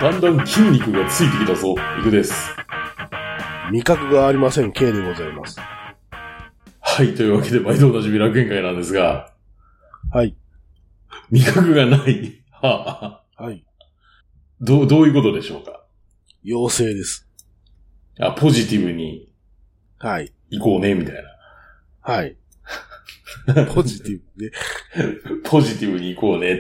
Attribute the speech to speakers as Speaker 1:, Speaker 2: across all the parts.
Speaker 1: だんだん筋肉がついてきたぞ、いくです。
Speaker 2: 味覚がありません、K でございます。
Speaker 1: はい、というわけで毎度おなじみ楽園会なんですが。
Speaker 2: はい。
Speaker 1: 味覚がない。は
Speaker 2: あ、はい。
Speaker 1: どういうことでしょうか？
Speaker 2: 陽性です。
Speaker 1: ポジティブに。
Speaker 2: はい。
Speaker 1: 行こうね、みたいな。
Speaker 2: はい。ポジティブね。
Speaker 1: ポジティブに行こうねって。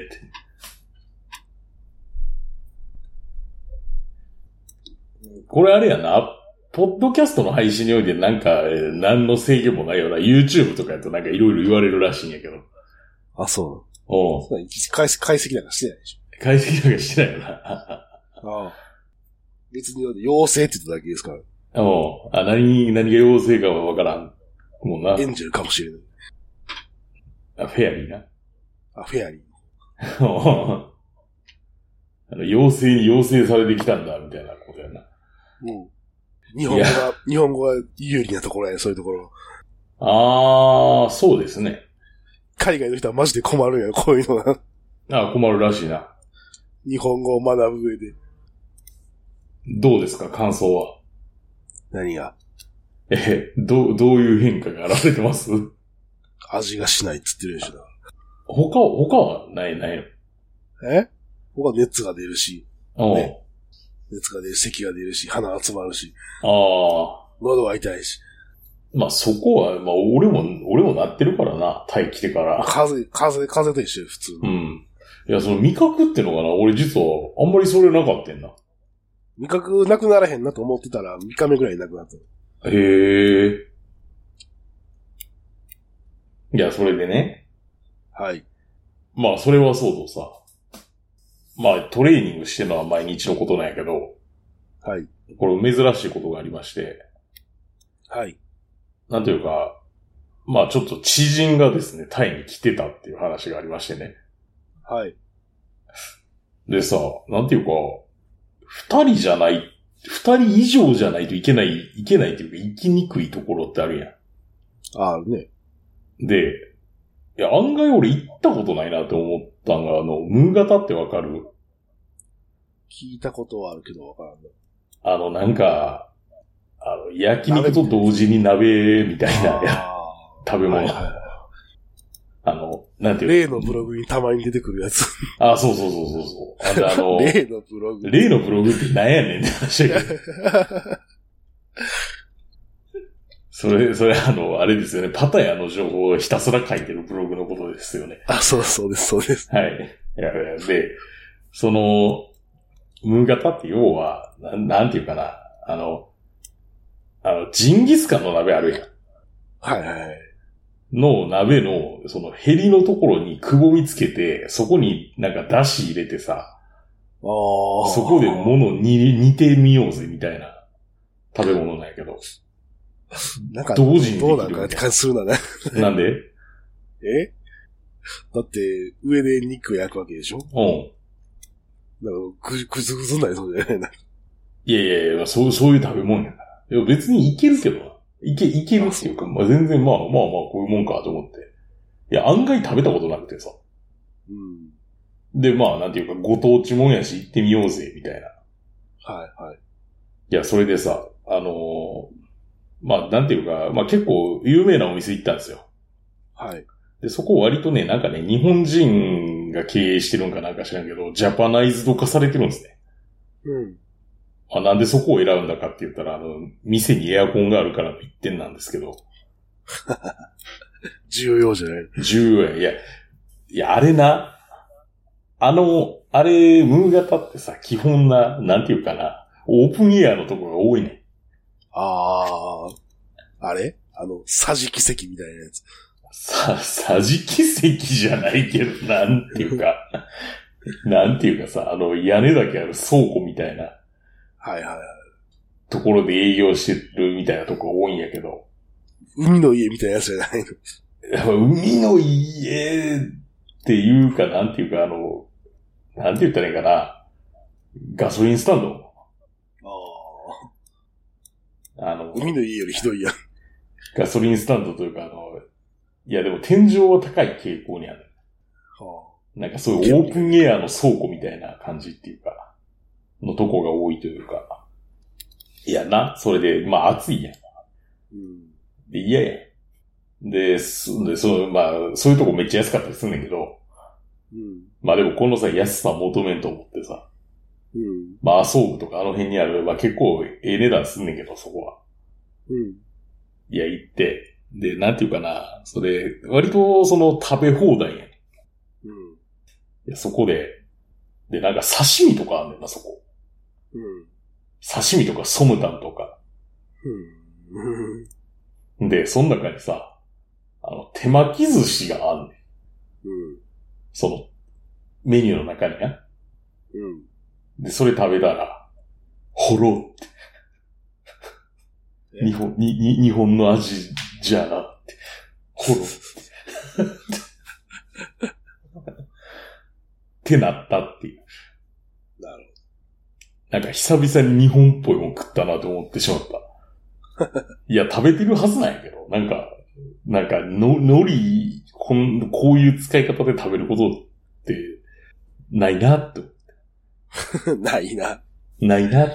Speaker 1: これあれやな、ポッドキャストの配信においてなんか、何の制限もないような YouTube とかやとなんかいろいろ言われるらしいんやけど。
Speaker 2: あ、そう。
Speaker 1: おう。
Speaker 2: 解析なんかしてないでしょ。
Speaker 1: 解析なんかしてないよな。
Speaker 2: ああ。別に陽性って言っただけですから。
Speaker 1: おう。何が陽性かはわからん。もうな。
Speaker 2: エンジェルかもしれない。
Speaker 1: フェアリーな。
Speaker 2: フェアリー。
Speaker 1: 陽性に陽性されてきたんだ、みたいなことやな。
Speaker 2: うん。日本語が有利なところやね、そういうところ。
Speaker 1: そうですね。
Speaker 2: 海外の人はマジで困るんや、こういうのが。
Speaker 1: 困るらしいな。
Speaker 2: 日本語を学ぶ上で。
Speaker 1: どうですか、感想は。
Speaker 2: 何が？
Speaker 1: どういう変化が現れてます？
Speaker 2: 味がしないって言ってるでしょ。
Speaker 1: 他はないの？
Speaker 2: 他は熱が出るし。
Speaker 1: ね、
Speaker 2: 熱が出る、咳が出るし、鼻集まるし。
Speaker 1: 喉
Speaker 2: は痛いし。
Speaker 1: まあそこは、まあ俺もなってるからな、タイ来てから。
Speaker 2: 風邪と一緒よ、普通の。
Speaker 1: うん。いや、その味覚ってのかな、俺実はあんまりそれなかったんな。
Speaker 2: 味覚なくならへんなと思ってたら、3日目ぐらいなくなった。
Speaker 1: へえ。いや、それでね。
Speaker 2: はい。
Speaker 1: まあそれはそうとさ。まあトレーニングしてるのは毎日のことなんやけど。
Speaker 2: はい。
Speaker 1: これ珍しいことがありまして。
Speaker 2: はい。
Speaker 1: なんというか、まあちょっと知人がですね、タイに来てたっていう話がありましてね。
Speaker 2: はい。
Speaker 1: でさ、なんていうか、二人以上じゃないといけないっていうか、行きにくいところってあるやん。
Speaker 2: あるね。
Speaker 1: で、いや、案外俺行ったことないなって思ったのが、ムーガタってわかる？
Speaker 2: 聞いたことはあるけどわからんね。
Speaker 1: なんか、焼肉と同時に鍋みたいな食べ物。はいはいはい、なんていう
Speaker 2: 例のブログにたまに出てくるやつ。
Speaker 1: そう。
Speaker 2: 例のブログ。
Speaker 1: 例のブログって何やねんって話だけど。それあれですよね。パタヤの情報をひたすら書いてるブログのことですよね。
Speaker 2: そうです。
Speaker 1: はい。で、ムーガタって要は、なんていうかな。ジンギスカンの鍋あるやん。
Speaker 2: はいはいはい。
Speaker 1: の鍋の、ヘリのところにくぼみつけて、そこになんか出汁入れてさ、そこで物に煮てみようぜみたいな食べ物なんやけど。
Speaker 2: なんか、
Speaker 1: 同時に
Speaker 2: どうなんかって感じするんだね。
Speaker 1: なんで？
Speaker 2: だって、上で肉焼くわけでしょ？
Speaker 1: うん。
Speaker 2: なんか、ぐずぐずになりそうじゃないな。
Speaker 1: いや、そういう食べ物やから。いや、別にいけるけどな。いけるっていうか、まあ全然まあ、こういうもんかと思って。いや、案外食べたことなくてさ。
Speaker 2: うん。
Speaker 1: で、まあ、なんていうか、ご当地もんやし行ってみようぜ、みたいな。
Speaker 2: はい。
Speaker 1: いや、それでさ、まあ、なんていうか、まあ結構有名なお店行ったんですよ。
Speaker 2: はい。
Speaker 1: で、そこ割とね、なんかね、日本人が経営してるんかなんか知らんけど、ジャパナイズド化されてるんですね。
Speaker 2: うん。
Speaker 1: なんでそこを選んだかって言ったら、店にエアコンがあるからの一点なんですけど。
Speaker 2: 重要じゃない？
Speaker 1: 重要や。いや、あれな。あれ、ムーガタってさ、基本なんていうかな、オープンエアのところが多いね。
Speaker 2: あれ？桟敷席みたいなやつ。
Speaker 1: 桟敷席じゃないけど、なんていうかさ、屋根だけある倉庫みたいな。
Speaker 2: はい。
Speaker 1: ところで営業してるみたいなとこ多いんやけど。
Speaker 2: 海の家みたいなやつじゃないの？
Speaker 1: 海の家っていうか、なんていうか、なんて言ったらいいかな。ガソリンスタンド。
Speaker 2: 海の家よりひどいやん。
Speaker 1: ガソリンスタンドというか、いやでも天井は高い傾向にある。なんかそういうオープンエアの倉庫みたいな感じっていうか。 のとこが多いというか。いやな、それで、まあ暑いやん。
Speaker 2: うん。
Speaker 1: で、嫌やん。で、まあ、そういうとこめっちゃ安かったりすんねんけど、
Speaker 2: うん。
Speaker 1: まあでもこのさ、安さ求めんと思ってさ、
Speaker 2: うん。
Speaker 1: まあ、麻生区とかあの辺にある、まあ結構ええ値段すんねんけど、そこは。
Speaker 2: うん。
Speaker 1: いや、行って、で、なんていうかな、それ、割とその食べ放題やねん。
Speaker 2: うん。
Speaker 1: いや、そこで、で、なんか刺身とかあんねんな、そこ。
Speaker 2: うん。
Speaker 1: 刺身とかソムタンとか。
Speaker 2: うん。
Speaker 1: で、その中にさ、手巻き寿司があんねん。
Speaker 2: うん。
Speaker 1: その、メニューの中にな。
Speaker 2: うん。
Speaker 1: で、それ食べたら、ほろって。日本の味じゃなって。ほろって。ってなったっていう。
Speaker 2: なるほど。
Speaker 1: なんか久々に日本っぽいもん食ったなと思ってしまった。いや、食べてるはずなんやけど、なんか、海苔、こういう使い方で食べることって、ないなって思って。
Speaker 2: ないな。
Speaker 1: ないなって。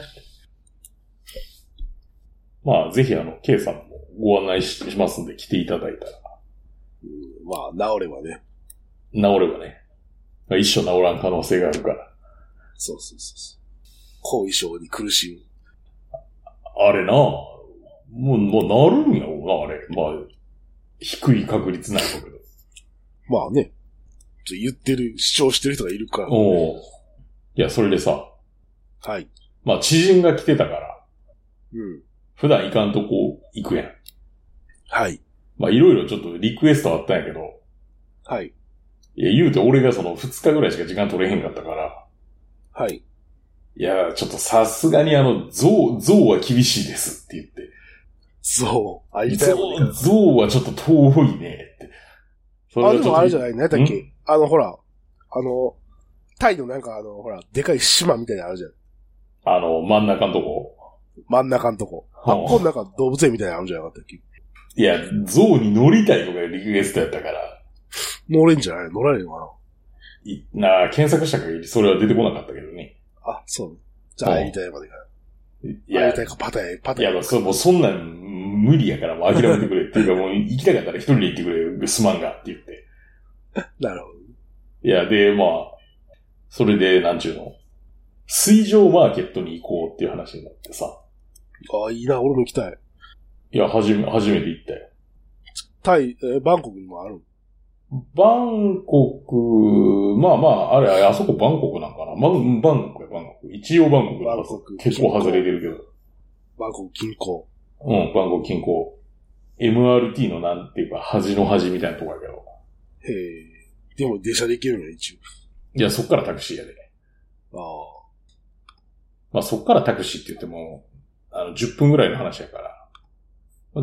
Speaker 1: まあ、ぜひK さんもご案内しますんで来ていただいたら。
Speaker 2: うん、まあ、治ればね。
Speaker 1: 治ればね。一生治らん可能性があるから。
Speaker 2: そう。後遺症に苦しむ。
Speaker 1: あれなもうなるんやろうな、あれ。まあ、低い確率なんだけど。
Speaker 2: まあね。言ってる、主張してる人がいるから、ね。
Speaker 1: おいや、それでさ。
Speaker 2: はい。
Speaker 1: まあ、知人が来てたから。
Speaker 2: うん。
Speaker 1: 普段行かんとこ行くやん。
Speaker 2: はい。
Speaker 1: まあ、いろいろちょっとリクエストあったんやけど。
Speaker 2: はい。
Speaker 1: いや、言うて俺がその2日ぐらいしか時間取れへんかったから。
Speaker 2: はい。
Speaker 1: いや、ちょっとさすがに象は厳しいですって言って。
Speaker 2: 象
Speaker 1: はちょっと遠いねって。
Speaker 2: それはちょっとでもあれじゃない何だっけほら、タイのなんかほら、でかい島みたいなのあるじゃん。
Speaker 1: 真ん中のとこ。
Speaker 2: 真ん中のとこ。あっこなんか動物園みたいなのあるんじゃなかったっけ。
Speaker 1: いや、象に乗りたいとかリクエストやったから。
Speaker 2: 乗れんじゃない乗られるのか
Speaker 1: な検索した限りそれは出てこなかったけどね。
Speaker 2: あ、そう。じゃあ、会いたいまでか。
Speaker 1: いや、
Speaker 2: 会いたいか、パターン。
Speaker 1: いや、もうそんなん無理やからもう諦めてくれっていうかもう行きたかったら一人で行ってくれ、すまんがって言って。
Speaker 2: なるほど。
Speaker 1: いや、で、まあ、それで、なんちゅうの水上マーケットに行こうっていう話になってさ。
Speaker 2: あ、いいな、俺も行きたい。
Speaker 1: いや、初めて行ったよ。
Speaker 2: タイ、バンコクにもある？
Speaker 1: バンコク、まあ、あそこバンコクなんかな。バンコク。一応バンコク。
Speaker 2: バンコク。
Speaker 1: 結構外れてるけど。
Speaker 2: バンコク近郊。
Speaker 1: うん、バンコク近郊。MRT のなんていうか、端の端みたいなとこやけど。
Speaker 2: へえ。でも電車で行けるの一応。
Speaker 1: いや、そっからタクシーやで。
Speaker 2: ああ。
Speaker 1: まあ、そっからタクシーって言っても、10分ぐらいの話やから。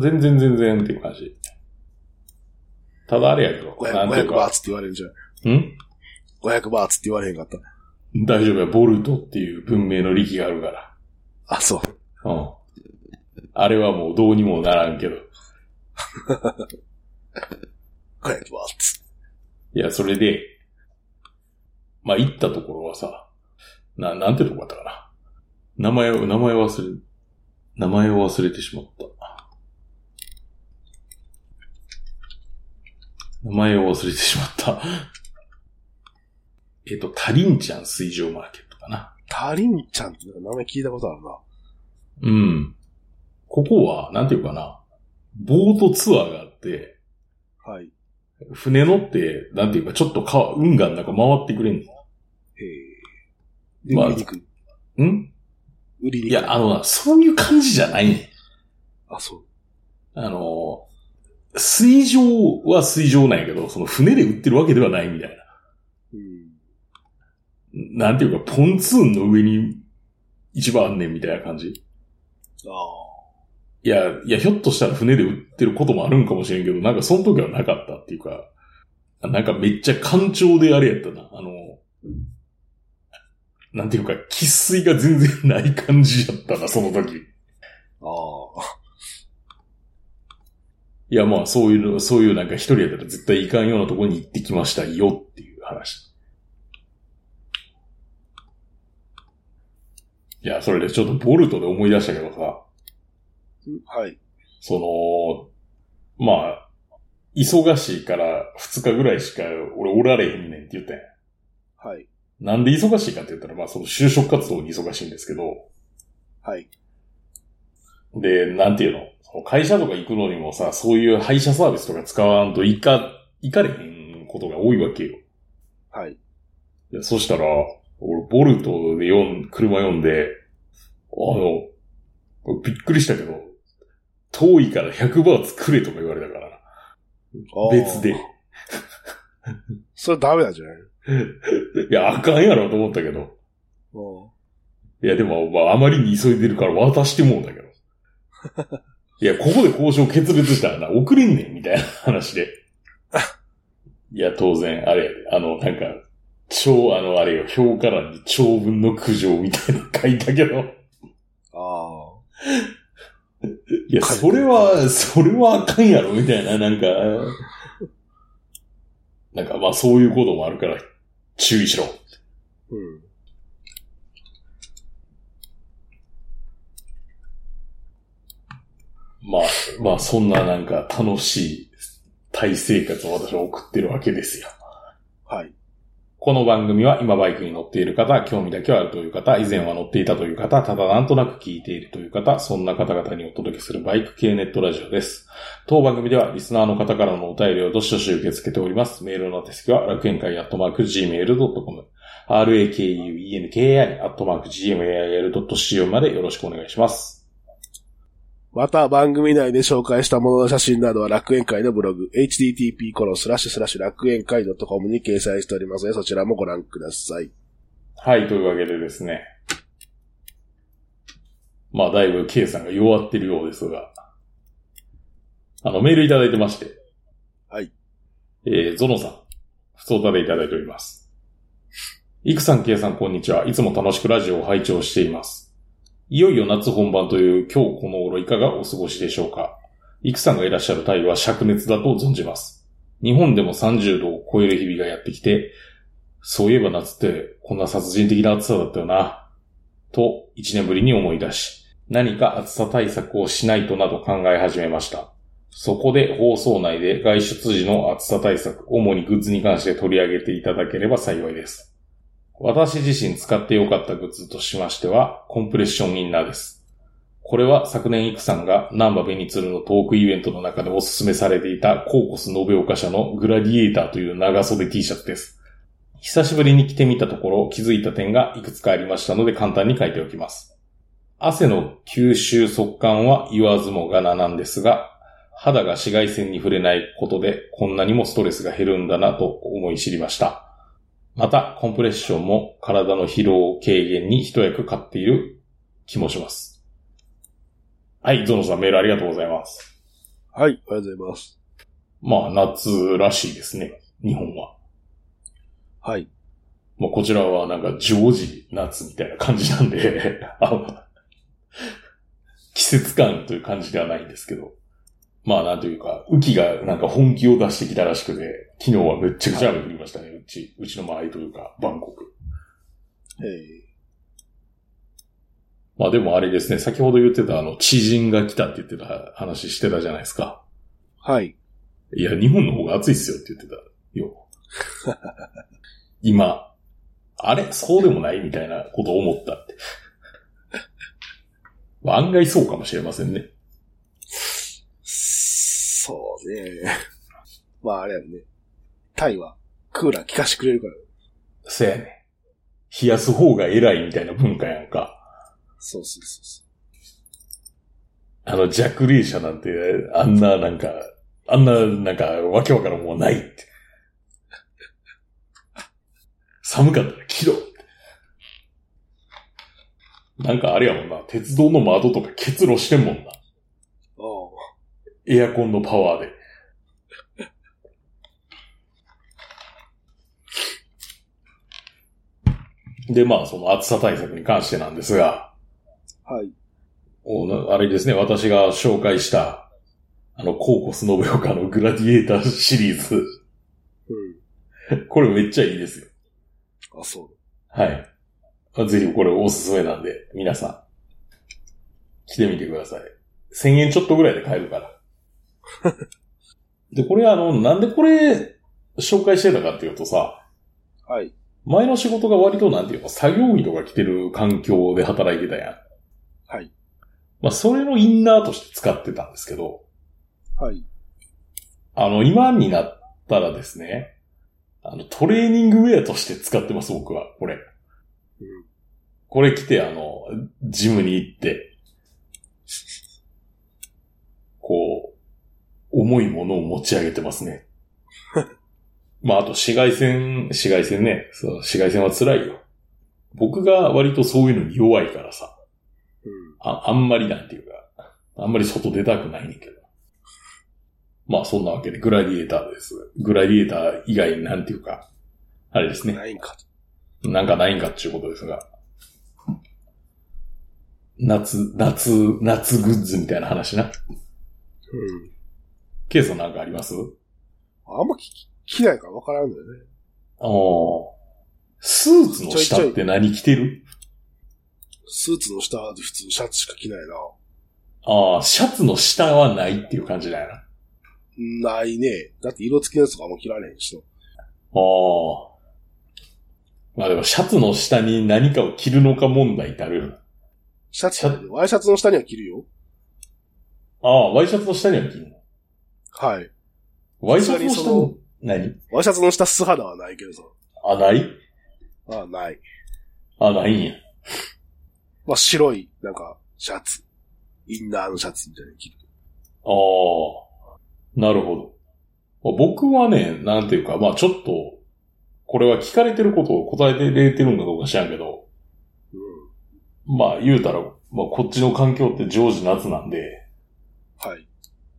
Speaker 1: 全然っていう感じ。ただあれやけど。
Speaker 2: 500バーツって言われるんじゃん。
Speaker 1: ん
Speaker 2: ?500 バーツって言われへんかった。
Speaker 1: 大丈夫や、ボルトっていう文明の力があるから。
Speaker 2: あ、そう。
Speaker 1: うん。あれはもうどうにもならんけど。
Speaker 2: 500バーツ。
Speaker 1: いや、それで、まあ、行ったところはさ、なんてとこだったかな。名前を忘れてしまった。タリンチャン水上マーケットかな。
Speaker 2: タリンチャンって名前聞いたことあるな。
Speaker 1: うん。ここは、なんていうかな、ボートツアーがあって、
Speaker 2: はい。
Speaker 1: 船乗って、なんていうか、ちょっと運河の中回ってくれんの。
Speaker 2: へえ。で、売りに行く。
Speaker 1: ん
Speaker 2: 売りに行く。
Speaker 1: いや、そういう感じじゃないね。
Speaker 2: あ、そう。
Speaker 1: 水上は水上なんやけど、その船で売ってるわけではないみたいな。なんていうか、ポンツーンの上に一番あんねんみたいな感じ。
Speaker 2: ああ。
Speaker 1: いや、ひょっとしたら船で売ってることもあるんかもしれんけど、なんかその時はなかったっていうか、なんかめっちゃ干潮であれやったな。なんていうか、喫水が全然ない感じやったな、その時。
Speaker 2: ああ。
Speaker 1: いや、まあ、そういうなんか一人やったら絶対行かんようなところに行ってきましたよっていう話。 いや、それでちょっとボルトで思い出したけどさ。
Speaker 2: はい。
Speaker 1: まあ、忙しいから2日ぐらいしか俺おられへんねんって言ったんや。
Speaker 2: はい。
Speaker 1: なんで忙しいかって言ったら、まあその就職活動に忙しいんですけど。
Speaker 2: はい。
Speaker 1: で、なんていうの？会社とか行くのにもさ、そういう配車サービスとか使わんと行かれへんことが多いわけよ。
Speaker 2: はい。
Speaker 1: そしたら、俺、ボルトで車読んで、びっくりしたけど、遠いから100バーツくれとか言われたからな。別で。
Speaker 2: それダメなんじゃない？
Speaker 1: いや、あかんやろと思ったけど。いや、でも、まあ、あまりに急いでるから渡してもうんだけど。いや、ここで交渉決裂したらな、遅れんねん、みたいな話で。いや、当然、あれやで、なんか、あれよ、表からに長文の苦情みたいなの書いたけど。いや、それはあかんやろ、みたいな、なんかまあそういうこともあるから、注意しろ。うん。まあそんななんか楽しいタイ生活を私は送ってるわけですよ。
Speaker 2: はい。
Speaker 1: この番組は今バイクに乗っている方、興味だけはあるという方、以前は乗っていたという方、ただなんとなく聞いているという方、そんな方々にお届けするバイク系ネットラジオです。当番組ではリスナーの方からのお便りをどしどし受け付けております。メールの手先は楽園会@gmail.com、rakuenkai@gmail.co までよろしくお願いします。
Speaker 2: また番組内で紹介したものの写真などは楽園会のブログ http:// 楽園会 .com に掲載しておりますのでそちらもご覧ください。
Speaker 1: はい、というわけでですね。まあだいぶ K さんが弱ってるようですが、メールいただいてまして。
Speaker 2: はい。
Speaker 1: ゾノさん、普通歌でいただいております。イクさん、K さん、こんにちは。いつも楽しくラジオを拝聴しています。いよいよ夏本番という今日この頃いかがお過ごしでしょうか。イクさんがいらっしゃるタイは灼熱だと存じます。日本でも30度を超える日々がやってきて、そういえば夏ってこんな殺人的な暑さだったよな、と1年ぶりに思い出し、何か暑さ対策をしないとなど考え始めました。そこで放送内で外出時の暑さ対策、主にグッズに関して取り上げていただければ幸いです。私自身使ってよかったグッズとしましては、コンプレッションインナーです。これは昨年イクさんがナンバベニツルのトークイベントの中でお勧めされていたコーコス延岡社のグラディエーターという長袖 T シャツです。久しぶりに着てみたところ気づいた点がいくつかありましたので簡単に書いておきます。汗の吸収速乾は言わずもがななんですが、肌が紫外線に触れないことでこんなにもストレスが減るんだなと思い知りました。また、コンプレッションも体の疲労軽減に一役買っている気もします。はい、ゾノさんメールありがとうございます。
Speaker 2: はい、ありがとうございます。
Speaker 1: まあ、夏らしいですね、日本は。
Speaker 2: はい。
Speaker 1: まあ、こちらはなんか常時夏みたいな感じなんで、季節感という感じではないんですけど。まあなんというか、雨季がなんか本気を出してきたらしくて、昨日はめっちゃくちゃ雨降りましたね、うちの周りというか、バンコク。まあでもあれですね、先ほど言ってた知人が来たって言ってた話してたじゃないですか。
Speaker 2: はい。
Speaker 1: いや、日本の方が暑いっすよって言ってたよ。今、あれそうでもないみたいなことを思ったって。案外そうかもしれませんね。
Speaker 2: そうね。まああれやね。タイはクーラー効かしてくれるから。
Speaker 1: そうやね。冷やす方が偉いみたいな文化やんか。
Speaker 2: そう。
Speaker 1: 弱冷車なんて、あんななんかわけわからんもんないって。寒かったら着ろって。なんかあれやもんな、鉄道の窓とか結露してんもんな。エアコンのパワーで。で、まあ、その暑さ対策に関してなんですが。
Speaker 2: はい。
Speaker 1: あれですね、私が紹介した、コーコス延岡のグラディエーターシリーズ。これめっちゃいいですよ。
Speaker 2: あ、そう。
Speaker 1: はい。 ぜひこれおすすめなんで、皆さん、来てみてください。1000円ちょっとぐらいで買えるから。で、これなんでこれ、紹介してたかっていうとさ、
Speaker 2: はい。
Speaker 1: 前の仕事が割となんていうか、作業着とか着てる環境で働いてたやん。
Speaker 2: はい。
Speaker 1: まあ、それのインナーとして使ってたんですけど、
Speaker 2: はい。
Speaker 1: 今になったらですね、トレーニングウェアとして使ってます、僕は、これ。
Speaker 2: うん、
Speaker 1: これ着て、ジムに行って、こう、重いものを持ち上げてますね。まあ、あと紫外線ね。そう、紫外線は辛いよ。僕が割とそういうのに弱いからさ。
Speaker 2: うん、
Speaker 1: あんまりなんていうか、あんまり外出たくないねんけど。まあ、そんなわけで、グラディエーターです。グラディエーター以外になんていうか、あれですね。
Speaker 2: ないんか。
Speaker 1: なんかないんかっていうことですが。夏グッズみたいな話な。
Speaker 2: うん。
Speaker 1: ケイさんなんかあります？
Speaker 2: あんま着ないから分からんだよね。
Speaker 1: ああ。スーツの下って何着てる？
Speaker 2: スーツの下は普通シャツしか着ないな。
Speaker 1: ああ、シャツの下はないっていう感じだよ
Speaker 2: な。ないね。だって色付きのやつとかあんま着られへんしな。
Speaker 1: ああ。まあでもシャツの下に何かを着るのか問題ってあるよ。
Speaker 2: ワイシャツの下には着るよ。
Speaker 1: ああ、ワイシャツの下には着るの？
Speaker 2: はい。
Speaker 1: ワイシャツの下に何？
Speaker 2: ワイシャツの下素肌はないけどさ。
Speaker 1: あ、ない？
Speaker 2: あ、ない。
Speaker 1: あ、ないんや。
Speaker 2: まあ、白い、なんか、シャツ。インナーのシャツみたいなの着る。
Speaker 1: ああ、なるほど。僕はね、なんていうか、まあちょっと、これは聞かれてることを答えてれてるんかどうか知らんけど、
Speaker 2: うん。
Speaker 1: まあ言うたら、まあこっちの環境って常時夏なんで、
Speaker 2: はい。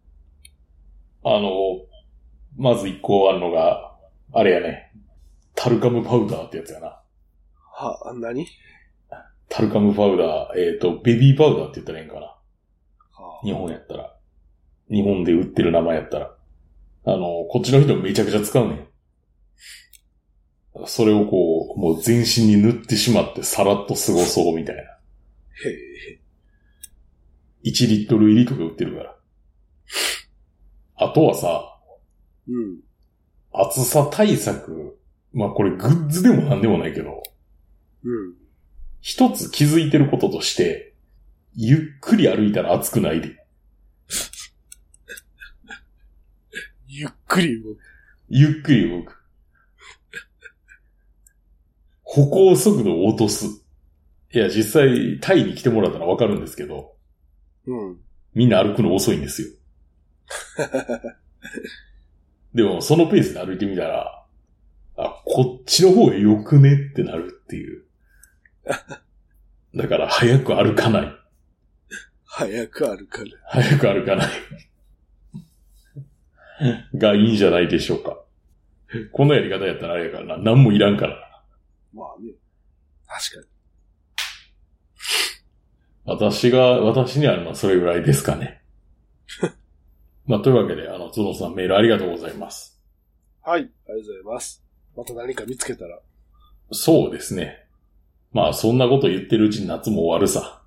Speaker 1: まず一個あるのが、あれやね、タルカムパウダーってやつやな。
Speaker 2: 何？
Speaker 1: タルカムパウダー、ベビーパウダーって言ったらいいんかな。日本やったら。日本で売ってる名前やったら。こっちの人めちゃくちゃ使うねん。それをこう、もう全身に塗ってしまってさらっと過ごそうみたいな。
Speaker 2: へえ。
Speaker 1: 1リットル入りとか売ってるから。あとはさ、
Speaker 2: うん。
Speaker 1: 暑さ対策。まあこれグッズでもなんでもないけど、
Speaker 2: うん。
Speaker 1: 一つ気づいてることとして、ゆっくり歩いたら暑くないで。
Speaker 2: ゆっくり動く。
Speaker 1: ゆっくり動く。歩行速度を落とす。いや、実際、タイに来てもらったらわかるんですけど、
Speaker 2: うん。
Speaker 1: みんな歩くの遅いんですよ。でも、そのペースで歩いてみたら、あ、こっちの方が良くねってなるっていう。だから、早く歩かない。
Speaker 2: 早く歩かない。
Speaker 1: 早く歩かない。がいいんじゃないでしょうか。このやり方やったらあれやからな。何もいらんから。
Speaker 2: まあね。確かに。
Speaker 1: 私にあるのはそれぐらいですかね。まあ、というわけで、ゾノさんメールありがとうございます。
Speaker 2: はい。ありがとうございます。また何か見つけたら。
Speaker 1: そうですね。まあ、そんなこと言ってるうちに夏も終わるさ。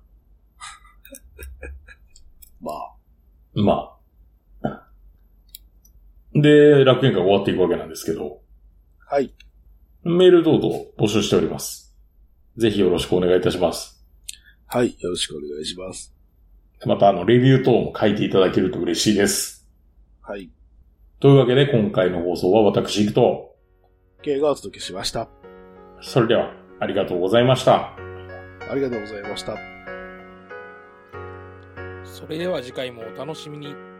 Speaker 2: まあ。
Speaker 1: まあ。で、楽園会終わっていくわけなんですけど。
Speaker 2: はい。
Speaker 1: メール等々募集しております。ぜひよろしくお願いいたします。
Speaker 2: はい。よろしくお願いします。
Speaker 1: また、レビュー等も書いていただけると嬉しいです。
Speaker 2: はい。
Speaker 1: というわけで、今回の放送は私、行くと、
Speaker 2: Kがお届けしました。
Speaker 1: それでは、ありがとうございました。
Speaker 2: ありがとうございました。
Speaker 3: それでは次回もお楽しみに。